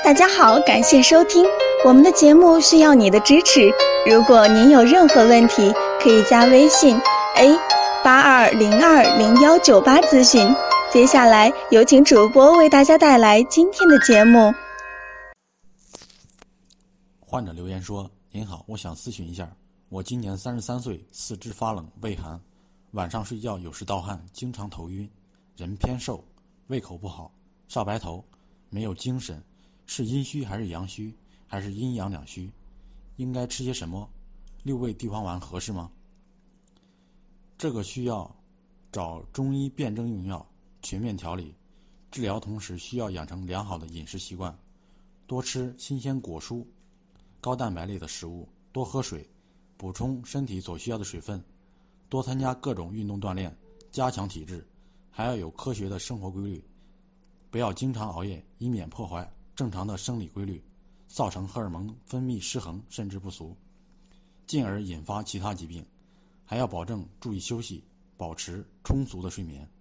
大家好，感谢收听我们的节目，需要你的支持。如果您有任何问题，可以加微信 A82020198咨询。接下来有请主播为大家带来今天的节目。 患者留言说：您好，我想咨询一下，我今年33岁，四肢发冷畏寒，晚上睡觉有时盗汗，经常头晕，人偏瘦，胃口不好，少白头，没有精神，是阴虚还是阳虚，还是阴阳两虚？应该吃些什么？6味地黄丸合适吗？这个需要找中医辨证用药，全面调理治疗，同时需要养成良好的饮食习惯，多吃新鲜果蔬、高蛋白类的食物，多喝水，补充身体所需要的水分，多参加各种运动锻炼，加强体质，还要有科学的生活规律，不要经常熬夜，以免破坏正常的生理规律，造成荷尔蒙分泌失衡甚至不足，进而引发其他疾病。还要保证注意休息，保持充足的睡眠。